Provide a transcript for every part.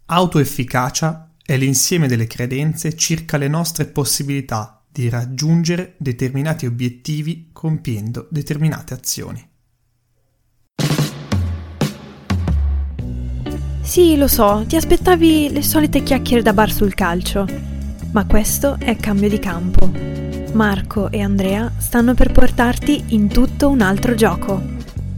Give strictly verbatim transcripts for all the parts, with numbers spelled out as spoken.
Autoefficacia è l'insieme delle credenze circa le nostre possibilità di raggiungere determinati obiettivi compiendo determinate azioni. Sì, lo so, ti aspettavi le solite chiacchiere da bar sul calcio, ma questo è cambio di campo. Marco e Andrea stanno per portarti in tutto un altro gioco.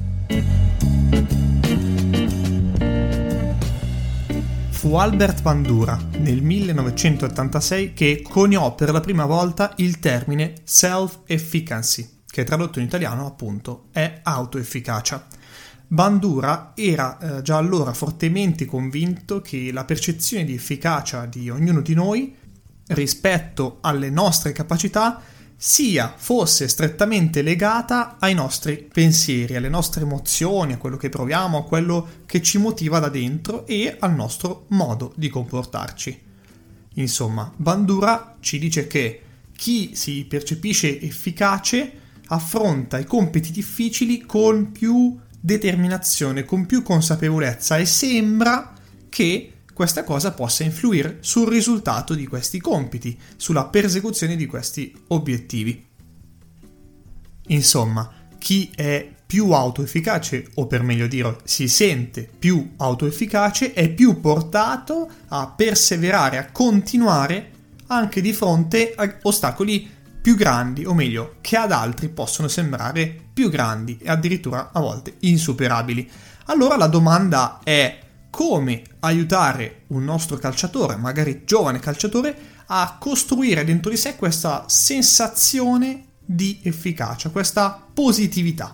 Fu Albert Bandura nel millenovecentottantasei che coniò per la prima volta il termine self-efficacy, che tradotto in italiano appunto è autoefficacia. Bandura era eh, già allora fortemente convinto che la percezione di efficacia di ognuno di noi rispetto alle nostre capacità sia fosse strettamente legata ai nostri pensieri, alle nostre emozioni, a quello che proviamo, a quello che ci motiva da dentro e al nostro modo di comportarci. Insomma, Bandura ci dice che chi si percepisce efficace affronta i compiti difficili con più determinazione, con più consapevolezza e sembra che questa cosa possa influire sul risultato di questi compiti, sulla persecuzione di questi obiettivi. Insomma, chi è più autoefficace, o per meglio dire, si sente più autoefficace, è più portato a perseverare, a continuare anche di fronte a ostacoli più grandi, o meglio, che ad altri possono sembrare più grandi e addirittura a volte insuperabili. Allora la domanda è: come aiutare un nostro calciatore, magari giovane calciatore, a costruire dentro di sé questa sensazione di efficacia, questa positività?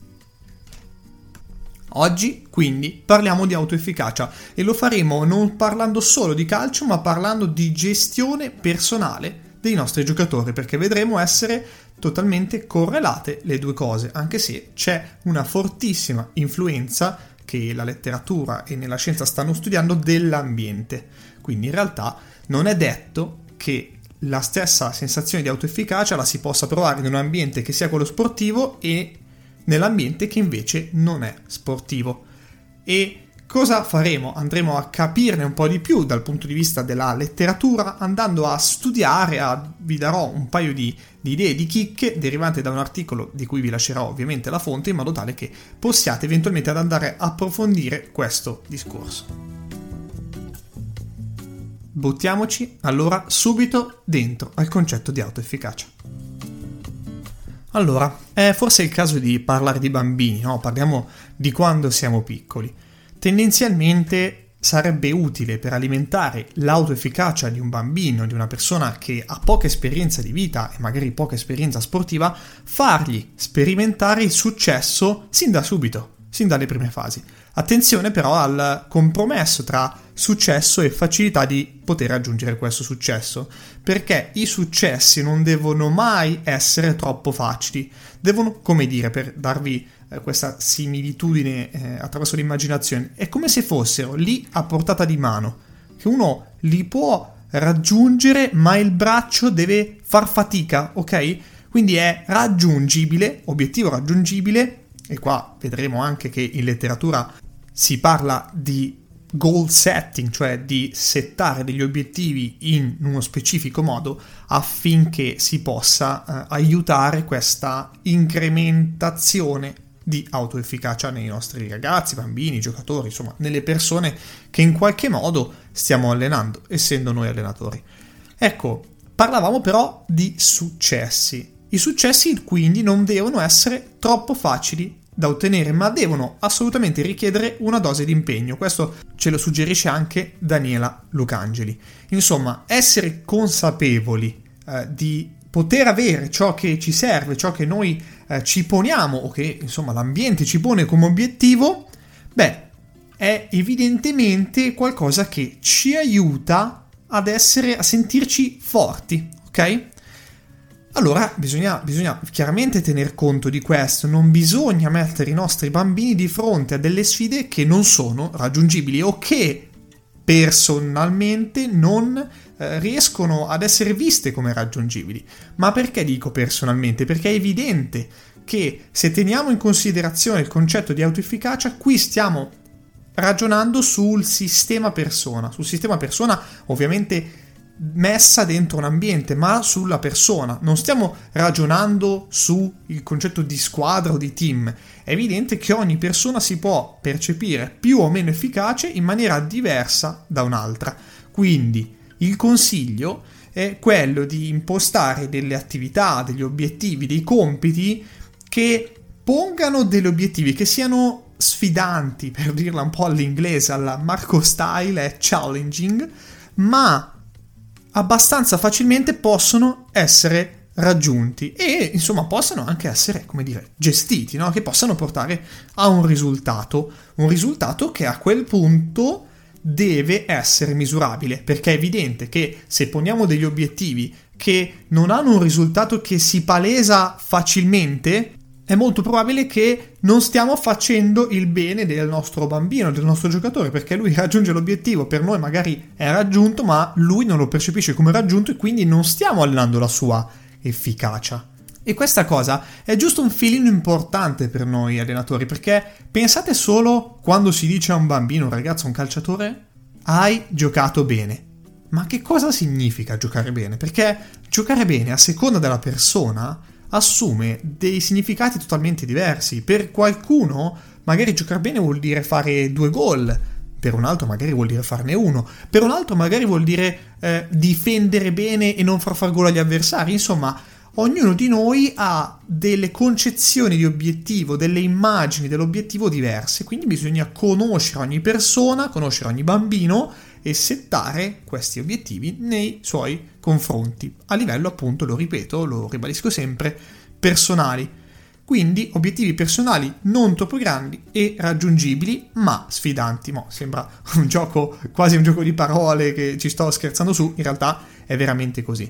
Oggi, quindi, parliamo di autoefficacia e lo faremo non parlando solo di calcio, ma parlando di gestione personale dei nostri giocatori, perché vedremo essere totalmente correlate le due cose, anche se c'è una fortissima influenza che la letteratura e nella scienza stanno studiando dell'ambiente. Quindi in realtà non è detto che la stessa sensazione di autoefficacia la si possa provare in un ambiente che sia quello sportivo e nell'ambiente che invece non è sportivo. E cosa faremo? Andremo a capirne un po' di più dal punto di vista della letteratura, andando a studiare, a, vi darò un paio di, di idee, di chicche derivanti da un articolo di cui vi lascerò ovviamente la fonte, in modo tale che possiate eventualmente ad andare a approfondire questo discorso. Buttiamoci allora subito dentro al concetto di autoefficacia. Allora, è forse il caso di parlare di bambini, no? Parliamo di quando siamo piccoli. Tendenzialmente sarebbe utile per alimentare l'autoefficacia di un bambino, di una persona che ha poca esperienza di vita e magari poca esperienza sportiva, fargli sperimentare il successo sin da subito, sin dalle prime fasi. Attenzione però al compromesso tra successo e facilità di poter raggiungere questo successo, perché i successi non devono mai essere troppo facili, devono, come dire, per darvi questa similitudine eh, attraverso l'immaginazione, è come se fossero lì a portata di mano, che uno li può raggiungere ma il braccio deve far fatica, ok? Quindi è raggiungibile, obiettivo raggiungibile, e qua vedremo anche che in letteratura si parla di goal setting, cioè di settare degli obiettivi in uno specifico modo affinché si possa eh, aiutare questa incrementazione di autoefficacia nei nostri ragazzi, bambini, giocatori, insomma, nelle persone che in qualche modo stiamo allenando, essendo noi allenatori. Ecco, parlavamo però di successi. I successi quindi non devono essere troppo facili da ottenere, ma devono assolutamente richiedere una dose di impegno. Questo ce lo suggerisce anche Daniela Lucangeli. Insomma, essere consapevoli eh, di poter avere ciò che ci serve, ciò che noi eh, ci poniamo o che insomma l'ambiente ci pone come obiettivo, beh, è evidentemente qualcosa che ci aiuta ad essere, a sentirci forti, ok? Allora bisogna, bisogna chiaramente tener conto di questo, non bisogna mettere i nostri bambini di fronte a delle sfide che non sono raggiungibili o che personalmente non eh, riescono ad essere viste come raggiungibili. Ma perché dico personalmente? Perché è evidente che se teniamo in considerazione il concetto di autoefficacia, qui stiamo ragionando sul sistema persona, sul sistema persona ovviamente messa dentro un ambiente, ma sulla persona. Non stiamo ragionando sul concetto di squadra o di team. È evidente che ogni persona si può percepire più o meno efficace in maniera diversa da un'altra. Quindi il consiglio è quello di impostare delle attività, degli obiettivi, dei compiti che pongano degli obiettivi che siano sfidanti, per dirla un po' all'inglese, alla Marco Style, è challenging, ma abbastanza facilmente possono essere raggiunti e insomma possono anche essere, come dire, gestiti, no? Che possano portare a un risultato, un risultato che a quel punto deve essere misurabile, perché è evidente che se poniamo degli obiettivi che non hanno un risultato che si palesa facilmente, è molto probabile che non stiamo facendo il bene del nostro bambino, del nostro giocatore, perché lui raggiunge l'obiettivo, per noi magari è raggiunto, ma lui non lo percepisce come raggiunto e quindi non stiamo allenando la sua efficacia. E questa cosa è giusto un filino importante per noi allenatori, perché pensate solo quando si dice a un bambino, un ragazzo, un calciatore, hai giocato bene. Ma che cosa significa giocare bene? Perché giocare bene a seconda della persona assume dei significati totalmente diversi. Per qualcuno magari giocare bene vuol dire fare due gol, per un altro magari vuol dire farne uno, per un altro magari vuol dire eh, difendere bene e non far far gol agli avversari. Insomma, ognuno di noi ha delle concezioni di obiettivo, delle immagini dell'obiettivo diverse, quindi bisogna conoscere ogni persona, conoscere ogni bambino e settare questi obiettivi nei suoi confronti, a livello appunto, lo ripeto, lo ribadisco sempre, personali. Quindi obiettivi personali non troppo grandi e raggiungibili, ma sfidanti. Mo, sembra un gioco, quasi un gioco di parole che ci sto scherzando su, in realtà è veramente così.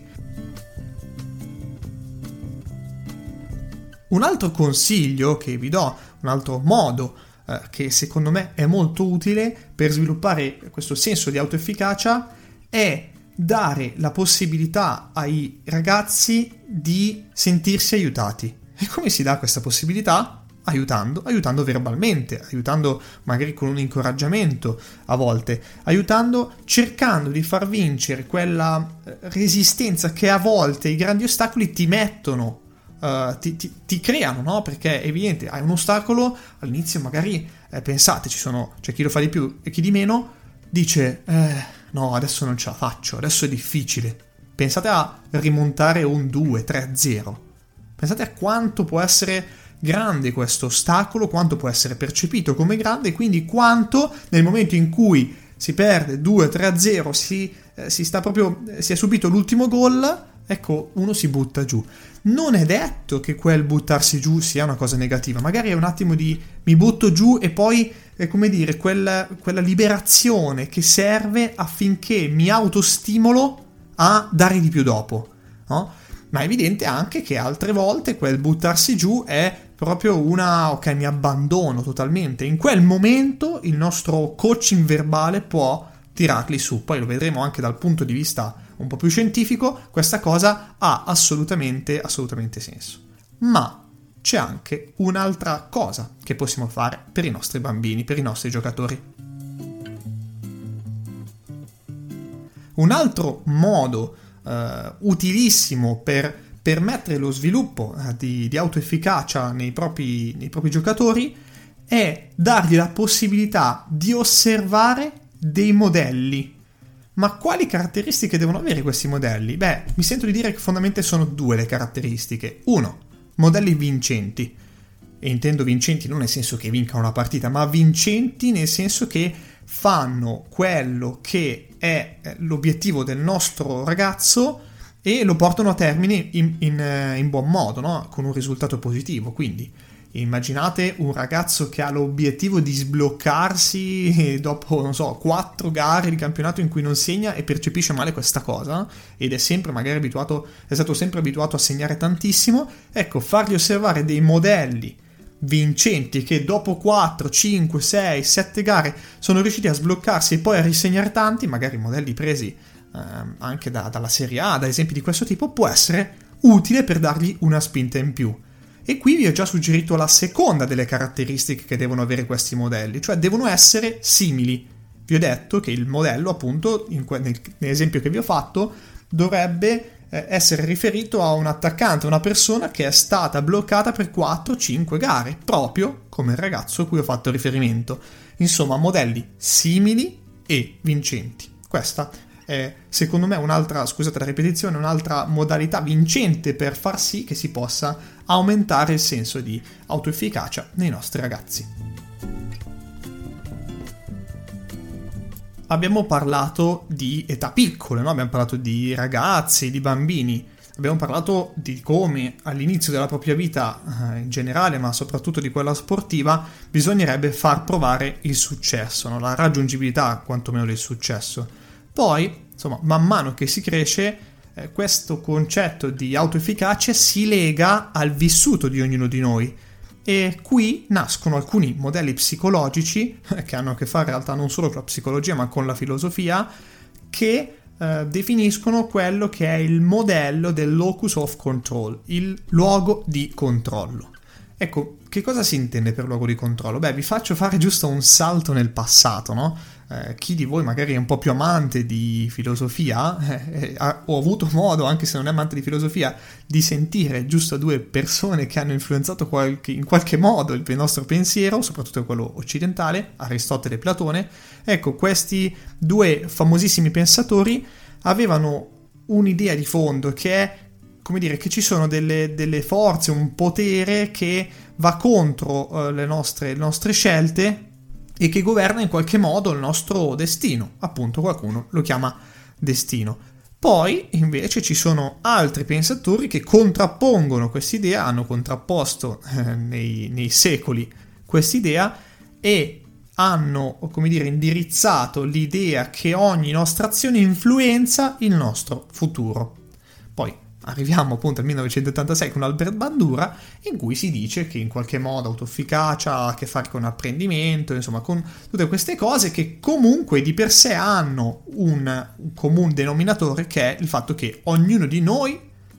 Un altro consiglio che vi do, un altro modo eh, che secondo me è molto utile per sviluppare questo senso di autoefficacia è dare la possibilità ai ragazzi di sentirsi aiutati. E come si dà questa possibilità? Aiutando, aiutando verbalmente, aiutando magari con un incoraggiamento a volte, aiutando, cercando di far vincere quella resistenza che a volte i grandi ostacoli ti mettono, uh, ti, ti, ti creano, no? Perché è evidente, hai un ostacolo, all'inizio magari eh, pensate, ci sono, c'è chi lo fa di più e chi di meno, dice eh, no, adesso non ce la faccio, adesso è difficile. Pensate a rimontare un due tre zero. Pensate a quanto può essere grande questo ostacolo, quanto può essere percepito come grande e quindi quanto nel momento in cui si perde due tre zero, si, eh, si sta proprio, si è subito l'ultimo gol, ecco, uno si butta giù. Non è detto che quel buttarsi giù sia una cosa negativa, magari è un attimo di mi butto giù e poi è come dire quella, quella liberazione che serve affinché mi autostimolo a dare di più dopo, no? Ma è evidente anche che altre volte quel buttarsi giù è proprio una ok, mi abbandono totalmente. In quel momento il nostro coaching verbale può tirarli su. Poi lo vedremo anche dal punto di vista un po' più scientifico, questa cosa ha assolutamente, assolutamente senso. Ma c'è anche un'altra cosa che possiamo fare per i nostri bambini, per i nostri giocatori. Un altro modo Uh, utilissimo per permettere lo sviluppo uh, di, di autoefficacia nei propri, nei propri giocatori è dargli la possibilità di osservare dei modelli. Ma quali caratteristiche devono avere questi modelli? Beh, mi sento di dire che fondamentalmente sono due le caratteristiche. Uno, modelli vincenti. E intendo vincenti non nel senso che vincano la partita, ma vincenti nel senso che fanno quello che è l'obiettivo del nostro ragazzo e lo portano a termine in, in, in buon modo, no? Con un risultato positivo. Quindi immaginate un ragazzo che ha l'obiettivo di sbloccarsi dopo, non so, quattro gare di campionato in cui non segna e percepisce male questa cosa ed è sempre magari abituato, è stato sempre abituato a segnare tantissimo. Ecco, fargli osservare dei modelli vincenti che dopo quattro, cinque, sei, sette gare sono riusciti a sbloccarsi e poi a risegnare tanti, magari modelli presi eh, anche da, dalla Serie A, da esempi di questo tipo, può essere utile per dargli una spinta in più. E qui vi ho già suggerito la seconda delle caratteristiche che devono avere questi modelli, cioè devono essere simili. Vi ho detto che il modello, appunto, in que- nel, nell'esempio che vi ho fatto, dovrebbe eh, essere riferito a un attaccante, a una persona che è stata bloccata per quattro cinque gare, proprio come il ragazzo a cui ho fatto riferimento. Insomma, modelli simili e vincenti. Questa è, secondo me, un'altra, scusate la ripetizione, un'altra modalità vincente per far sì che si possa aumentare il senso di autoefficacia nei nostri ragazzi. Abbiamo parlato di età piccole, no? Abbiamo parlato di ragazzi, di bambini, abbiamo parlato di come all'inizio della propria vita eh, in generale, ma soprattutto di quella sportiva, bisognerebbe far provare il successo, no? La raggiungibilità quantomeno del successo. Poi, insomma, man mano che si cresce, eh, questo concetto di autoefficacia si lega al vissuto di ognuno di noi. E qui nascono alcuni modelli psicologici che hanno a che fare in realtà non solo con la psicologia ma con la filosofia, che eh, definiscono quello che è il modello del locus of control, il luogo di controllo. Ecco, che cosa si intende per luogo di controllo? Beh, vi faccio fare giusto un salto nel passato, no? Eh, chi di voi magari è un po' più amante di filosofia, eh, eh, ha, ho avuto modo, anche se non è amante di filosofia, di sentire giusto due persone che hanno influenzato qualche, in qualche modo il nostro pensiero, soprattutto quello occidentale, Aristotele e Platone. Ecco, questi due famosissimi pensatori avevano un'idea di fondo che è, come dire, che ci sono delle, delle forze, un potere che va contro uh, le nostre, le nostre scelte e che governa in qualche modo il nostro destino. Appunto, qualcuno lo chiama destino. Poi, invece, ci sono altri pensatori che contrappongono quest'idea, hanno contrapposto eh, nei, nei secoli quest'idea e hanno, come dire, indirizzato l'idea che ogni nostra azione influenza il nostro futuro. Poi arriviamo appunto al millenovecentottantasei con Albert Bandura, in cui si dice che in qualche modo autoefficacia ha a che fare con apprendimento, insomma con tutte queste cose che comunque di per sé hanno un, un comune denominatore, che è il fatto che ognuno di noi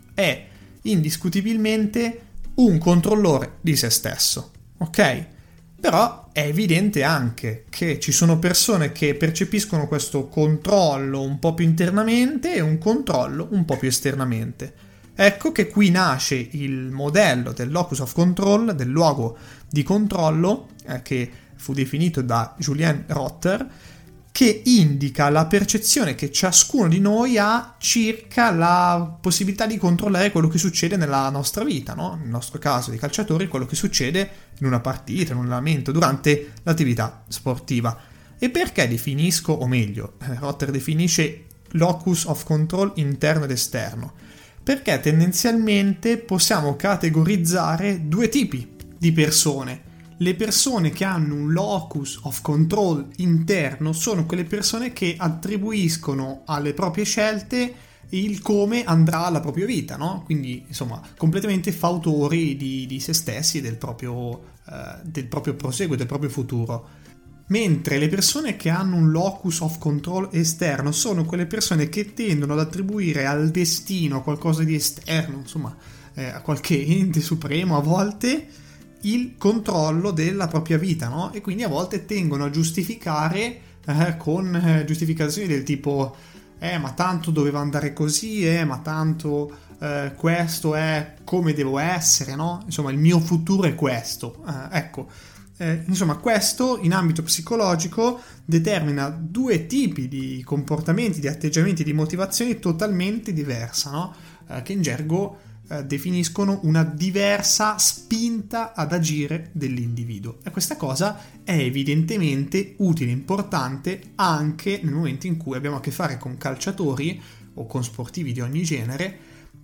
è indiscutibilmente un controllore di se stesso, ok? Però è evidente anche che ci sono persone che percepiscono questo controllo un po' più internamente e un controllo un po' più esternamente. Ecco che qui nasce il modello del locus of control, del luogo di controllo, eh, che fu definito da Julien Rotter, che indica la percezione che ciascuno di noi ha circa la possibilità di controllare quello che succede nella nostra vita, no? Nel nostro caso di calciatori, quello che succede in una partita, in un allenamento, durante l'attività sportiva. E perché definisco, o meglio, Rotter definisce locus of control interno ed esterno? Perché tendenzialmente possiamo categorizzare due tipi di persone. Le persone che hanno un locus of control interno sono quelle persone che attribuiscono alle proprie scelte il come andrà la propria vita, no? Quindi, insomma, completamente fautori di, di se stessi e del proprio, eh, del proprio proseguo, del proprio futuro. Mentre le persone che hanno un locus of control esterno sono quelle persone che tendono ad attribuire al destino, a qualcosa di esterno, insomma, eh, a qualche ente supremo a volte, il controllo della propria vita, no? E quindi a volte tengono a giustificare eh, con eh, giustificazioni del tipo eh ma tanto doveva andare così, eh ma tanto eh, questo è come devo essere, no? Insomma, il mio futuro è questo. Eh, ecco, eh, insomma, questo in ambito psicologico determina due tipi di comportamenti, di atteggiamenti, di motivazioni totalmente diversa, no? Eh, che in gergo definiscono una diversa spinta ad agire dell'individuo, e questa cosa è evidentemente utile, importante anche nel momento in cui abbiamo a che fare con calciatori o con sportivi di ogni genere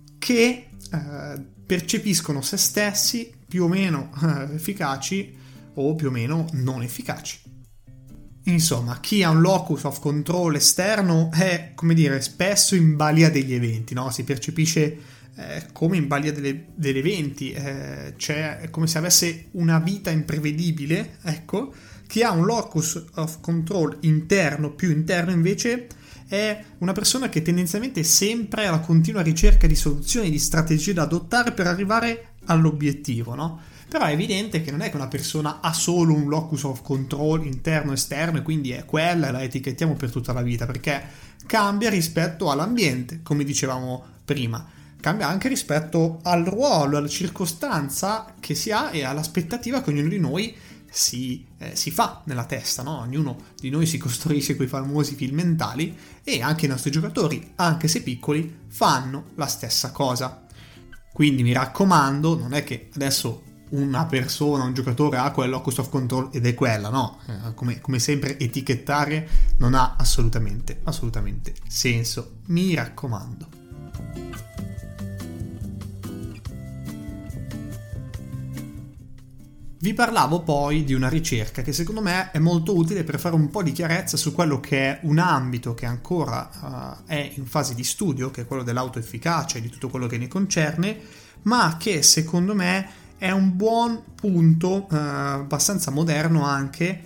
che eh, percepiscono se stessi più o meno eh, efficaci o più o meno non efficaci. Insomma, chi ha un locus of control esterno è, come dire, spesso in balia degli eventi, no? Si percepisce Eh, come in balia delle, degli eventi, eh, cioè è come se avesse una vita imprevedibile. Ecco, chi ha un locus of control interno, più interno, invece è una persona che tendenzialmente è sempre alla continua ricerca di soluzioni, di strategie da adottare per arrivare all'obiettivo, no? Però è evidente che non è che una persona ha solo un locus of control interno e esterno e quindi è quella e la etichettiamo per tutta la vita, perché cambia rispetto all'ambiente, come dicevamo prima, cambia anche rispetto al ruolo, alla circostanza che si ha e all'aspettativa che ognuno di noi si, eh, si fa nella testa, no? Ognuno di noi si costruisce quei famosi film mentali e anche i nostri giocatori, anche se piccoli, fanno la stessa cosa. Quindi mi raccomando, non è che adesso una persona, un giocatore ha quel locus of control ed è quella, no? Eh, come, come sempre etichettare non ha assolutamente, assolutamente senso, mi raccomando. Vi parlavo poi di una ricerca che secondo me è molto utile per fare un po' di chiarezza su quello che è un ambito che ancora uh, è in fase di studio, che è quello dell'autoefficacia e di tutto quello che ne concerne, ma che secondo me è un buon punto, uh, abbastanza moderno anche,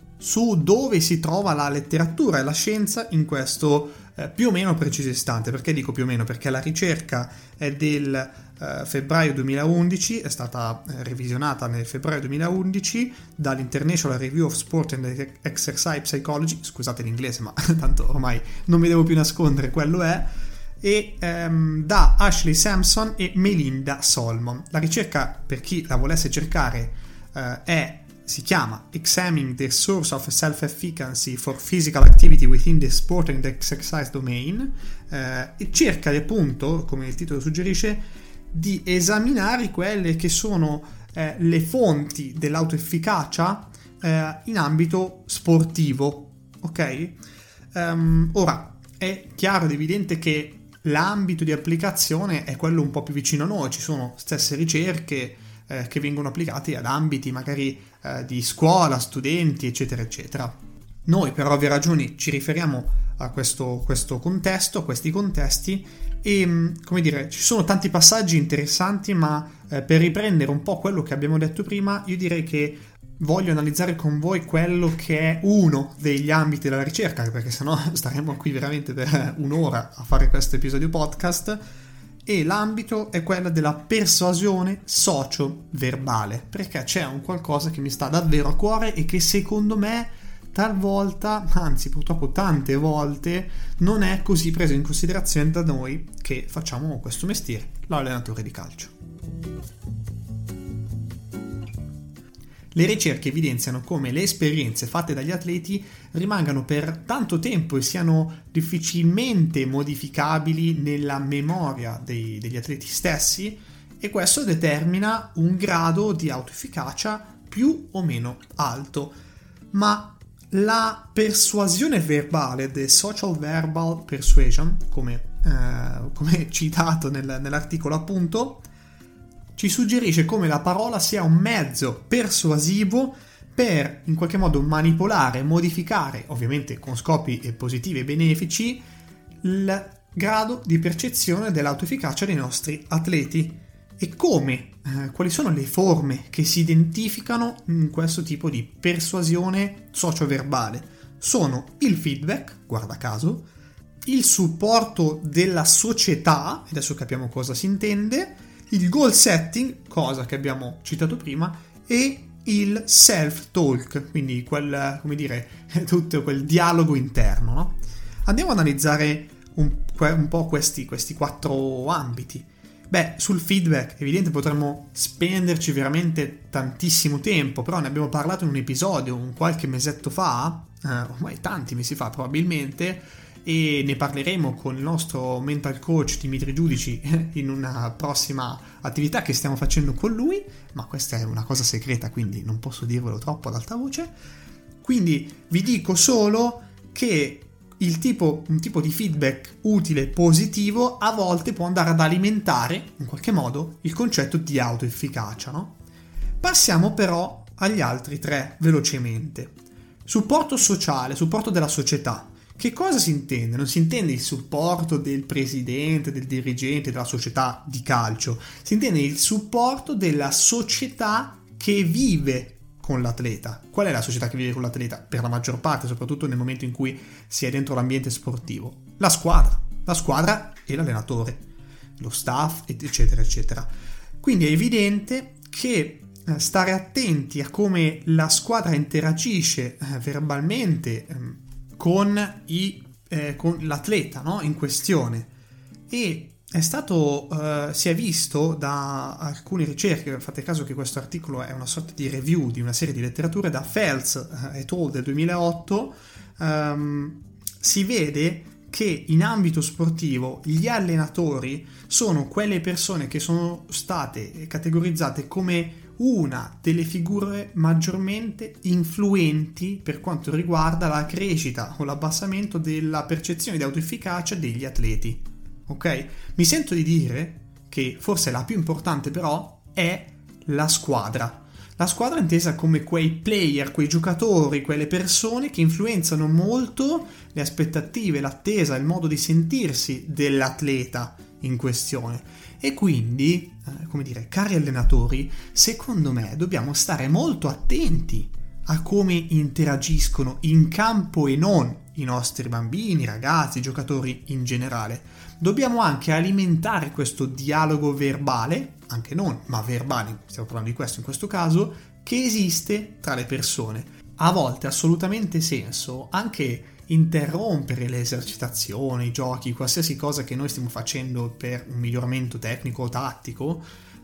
su dove si trova la letteratura e la scienza in questo uh, più o meno preciso istante. Perché dico più o meno? Perché la ricerca è del uh, febbraio duemilaundici, è stata uh, revisionata nel febbraio duemilaundici dall'International Review of Sport and Exercise Psychology, scusate l'inglese ma tanto ormai non mi devo più nascondere, quello è, e um, da Ashley Sampson e Melinda Solomon. La ricerca, per chi la volesse cercare, uh, è si chiama Examining the Source of Self-Efficacy for Physical Activity Within the Sport and Exercise Domain, eh, e cerca appunto, come il titolo suggerisce, di esaminare quelle che sono eh, le fonti dell'autoefficacia eh, in ambito sportivo, ok? Um, ora, è chiaro ed evidente che l'ambito di applicazione è quello un po' più vicino a noi, ci sono stesse ricerche eh, che vengono applicate ad ambiti magari eh, di scuola, studenti, eccetera, eccetera. Noi per ovvie ragioni ci riferiamo a questo, questo contesto, a questi contesti e, come dire, ci sono tanti passaggi interessanti, ma eh, per riprendere un po' quello che abbiamo detto prima, io direi che voglio analizzare con voi quello che è uno degli ambiti della ricerca, perché sennò staremo qui veramente per un'ora a fare questo episodio podcast, e l'ambito è quello della persuasione socio-verbale, perché c'è un qualcosa che mi sta davvero a cuore e che secondo me talvolta, anzi purtroppo tante volte, non è così preso in considerazione da noi che facciamo questo mestiere, l'allenatore di calcio. Le ricerche evidenziano come le esperienze fatte dagli atleti rimangano per tanto tempo e siano difficilmente modificabili nella memoria dei, degli atleti stessi, e questo determina un grado di autoefficacia più o meno alto. Ma la persuasione verbale, the social verbal persuasion, come, eh, come citato nel, nell'articolo appunto, ci suggerisce come la parola sia un mezzo persuasivo per in qualche modo manipolare, modificare, ovviamente con scopi positivi e benefici, il grado di percezione dell'autoefficacia dei nostri atleti. E come, eh, quali sono le forme che si identificano in questo tipo di persuasione socio-verbale? Sono il feedback, guarda caso, il supporto della società, adesso capiamo cosa si intende, il goal setting, cosa che abbiamo citato prima, e il self-talk, quindi quel, come dire, tutto quel dialogo interno, no? Andiamo ad analizzare un, un po' questi, questi quattro ambiti. Beh, sul feedback, evidente, potremmo spenderci veramente tantissimo tempo, però ne abbiamo parlato in un episodio un qualche mesetto fa, eh, ormai tanti mesi fa probabilmente, e ne parleremo con il nostro mental coach Dimitri Giudici in una prossima attività che stiamo facendo con lui, ma questa è una cosa segreta, quindi non posso dirvelo troppo ad alta voce. Quindi vi dico solo che il tipo, un tipo di feedback utile, positivo, a volte può andare ad alimentare in qualche modo il concetto di autoefficacia, no? Passiamo però agli altri tre velocemente. Supporto sociale, supporto della società. Che cosa si intende? Non si intende il supporto del presidente, del dirigente, della società di calcio, si intende il supporto della società che vive con l'atleta. Qual è la società che vive con l'atleta? Per la maggior parte, soprattutto nel momento in cui si è dentro l'ambiente sportivo. La squadra, la squadra e l'allenatore, lo staff, eccetera, eccetera. Quindi è evidente che eh, stare attenti a come la squadra interagisce eh, verbalmente eh, con, i, eh, con l'atleta, no? In questione. E è stato, eh, si è visto da alcune ricerche, fate caso che questo articolo è una sorta di review di una serie di letterature da Phelps et al del duemilaotto, ehm, si vede che in ambito sportivo gli allenatori sono quelle persone che sono state categorizzate come una delle figure maggiormente influenti per quanto riguarda la crescita o l'abbassamento della percezione di autoefficacia degli atleti. Ok? Mi sento di dire che forse la più importante però è la squadra. La squadra intesa come quei player, quei giocatori, quelle persone che influenzano molto le aspettative, l'attesa, il modo di sentirsi dell'atleta in questione. E quindi, eh, come dire, cari allenatori, secondo me dobbiamo stare molto attenti a come interagiscono in campo e non i nostri bambini, ragazzi, giocatori in generale. Dobbiamo anche alimentare questo dialogo verbale, anche non, ma verbale, stiamo parlando di questo in questo caso, che esiste tra le persone. A volte ha assolutamente senso anche interrompere le esercitazioni, i giochi, qualsiasi cosa che noi stiamo facendo per un miglioramento tecnico o tattico,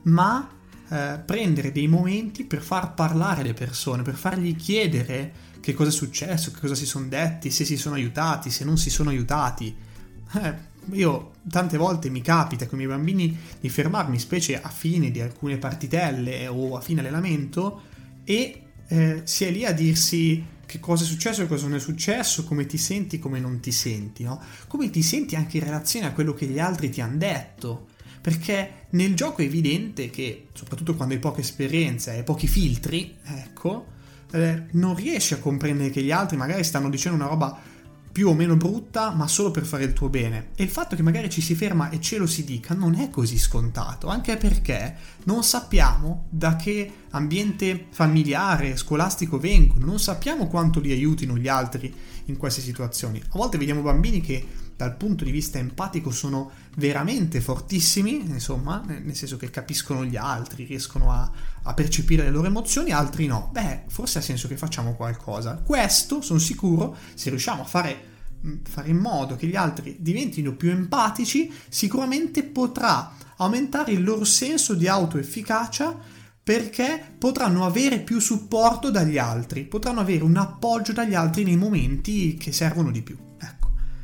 ma eh, prendere dei momenti per far parlare le persone, per fargli chiedere che cosa è successo, che cosa si sono detti, se si sono aiutati, se non si sono aiutati. Eh, io tante volte mi capita con i miei bambini di fermarmi, specie a fine di alcune partitelle o a fine allenamento, e eh, si è lì a dirsi che cosa è successo, cosa non è successo, come ti senti, come non ti senti, no? Come ti senti anche in relazione a quello che gli altri ti hanno detto. Perché nel gioco è evidente che, soprattutto quando hai poche esperienze e pochi filtri, ecco, eh, non riesci a comprendere che gli altri magari stanno dicendo una roba più o meno brutta, ma solo per fare il tuo bene. E il fatto che magari ci si ferma e ce lo si dica non è così scontato, anche perché non sappiamo da che ambiente familiare, scolastico vengono, non sappiamo quanto li aiutino gli altri in queste situazioni. A volte vediamo bambini che dal punto di vista empatico sono veramente fortissimi, insomma, nel senso che capiscono gli altri, riescono a, a percepire le loro emozioni, altri no. Beh, forse ha senso che facciamo qualcosa. Questo, sono sicuro, se riusciamo a fare, fare in modo che gli altri diventino più empatici, sicuramente potrà aumentare il loro senso di autoefficacia, perché potranno avere più supporto dagli altri, potranno avere un appoggio dagli altri nei momenti che servono di più. Ecco.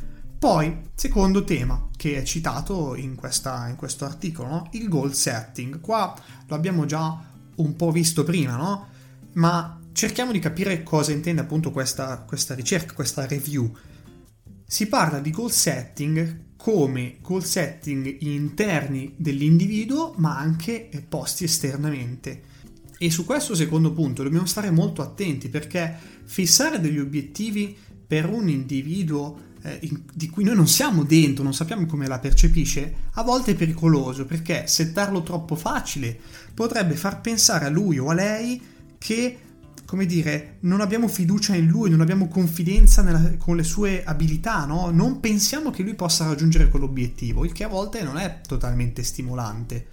Poi, secondo tema che è citato in, questa, in questo articolo, no? Il goal setting. Qua lo abbiamo già un po' visto prima, no? Ma cerchiamo di capire cosa intende appunto questa, questa ricerca, questa review. Si parla di goal setting come goal setting interni dell'individuo, ma anche posti esternamente. E su questo secondo punto dobbiamo stare molto attenti, perché fissare degli obiettivi per un individuo eh, in, di cui noi non siamo dentro, non sappiamo come la percepisce, a volte è pericoloso, perché settarlo troppo facile potrebbe far pensare a lui o a lei che, come dire, non abbiamo fiducia in lui, non abbiamo confidenza nella, con le sue abilità, no? Non pensiamo che lui possa raggiungere quell'obiettivo, il che a volte non è totalmente stimolante.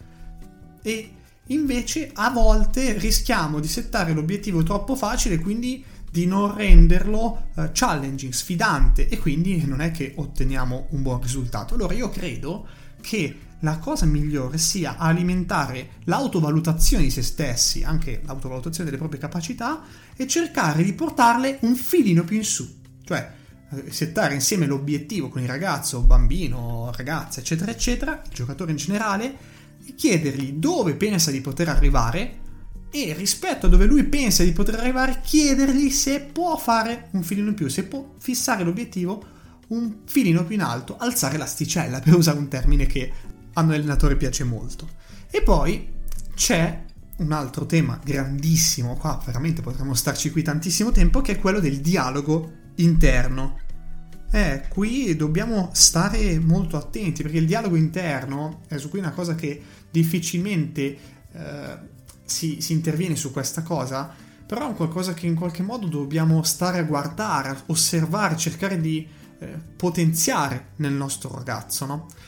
E invece a volte rischiamo di settare l'obiettivo troppo facile, quindi di non renderlo uh, challenging, sfidante, e quindi non è che otteniamo un buon risultato. Allora io credo che la cosa migliore sia alimentare l'autovalutazione di se stessi, anche l'autovalutazione delle proprie capacità, e cercare di portarle un filino più in su, cioè eh, settare insieme l'obiettivo con il ragazzo, bambino, ragazza, eccetera eccetera, il giocatore in generale, e chiedergli dove pensa di poter arrivare, e rispetto a dove lui pensa di poter arrivare chiedergli se può fare un filino in più, se può fissare l'obiettivo un filino più in alto, alzare l'asticella, per usare un termine che a noi allenatore piace molto. E poi c'è un altro tema grandissimo, qua veramente potremmo starci qui tantissimo tempo, che è quello del dialogo interno. Eh, qui dobbiamo stare molto attenti, perché il dialogo interno è su cui una cosa che difficilmente eh, si, si interviene su questa cosa, però è un qualcosa che in qualche modo dobbiamo stare a guardare, a osservare, cercare di eh, potenziare nel nostro ragazzo, no?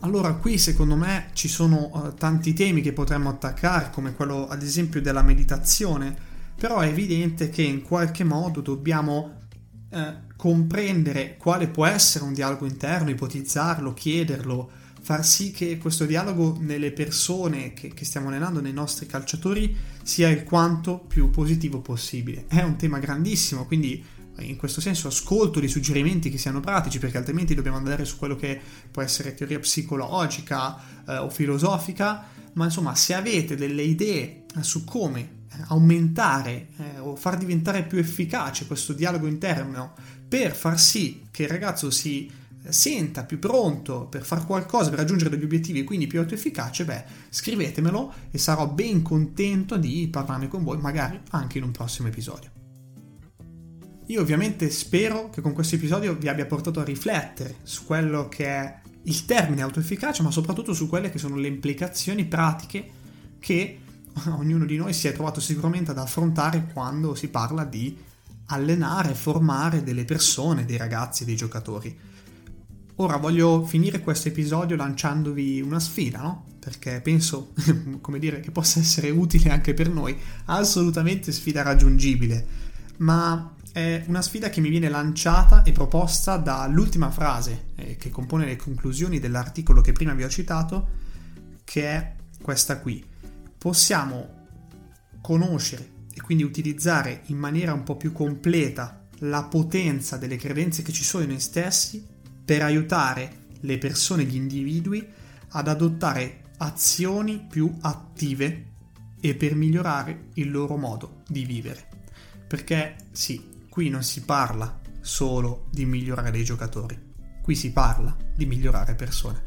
Allora qui secondo me ci sono uh, tanti temi che potremmo attaccare, come quello ad esempio della meditazione, però è evidente che in qualche modo dobbiamo uh, comprendere quale può essere un dialogo interno, ipotizzarlo, chiederlo, far sì che questo dialogo nelle persone che, che stiamo allenando, nei nostri calciatori, sia il quanto più positivo possibile. È un tema grandissimo, quindi in questo senso ascolto dei suggerimenti che siano pratici, perché altrimenti dobbiamo andare su quello che può essere teoria psicologica eh, o filosofica, ma insomma se avete delle idee su come eh, aumentare eh, o far diventare più efficace questo dialogo interno per far sì che il ragazzo si senta più pronto per fare qualcosa, per raggiungere degli obiettivi e quindi più autoefficace, beh, scrivetemelo e sarò ben contento di parlarne con voi, magari anche in un prossimo episodio. Io ovviamente spero che con questo episodio vi abbia portato a riflettere su quello che è il termine autoefficacia, ma soprattutto su quelle che sono le implicazioni pratiche che ognuno di noi si è trovato sicuramente ad affrontare quando si parla di allenare, formare delle persone, dei ragazzi, dei giocatori. Ora voglio finire questo episodio lanciandovi una sfida, no? Perché penso, come dire, che possa essere utile anche per noi, assolutamente sfida raggiungibile, ma è una sfida che mi viene lanciata e proposta dall'ultima frase eh, che compone le conclusioni dell'articolo che prima vi ho citato, che è questa qui. Possiamo conoscere e quindi utilizzare in maniera un po' più completa la potenza delle credenze che ci sono in noi stessi per aiutare le persone, gli individui, ad adottare azioni più attive e per migliorare il loro modo di vivere. Perché sì, qui non si parla solo di migliorare dei giocatori, qui si parla di migliorare persone.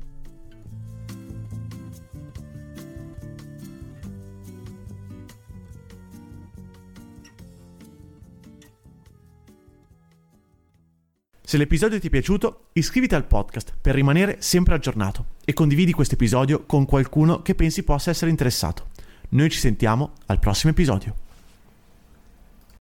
Se l'episodio ti è piaciuto, iscriviti al podcast per rimanere sempre aggiornato e condividi questo episodio con qualcuno che pensi possa essere interessato. Noi ci sentiamo al prossimo episodio.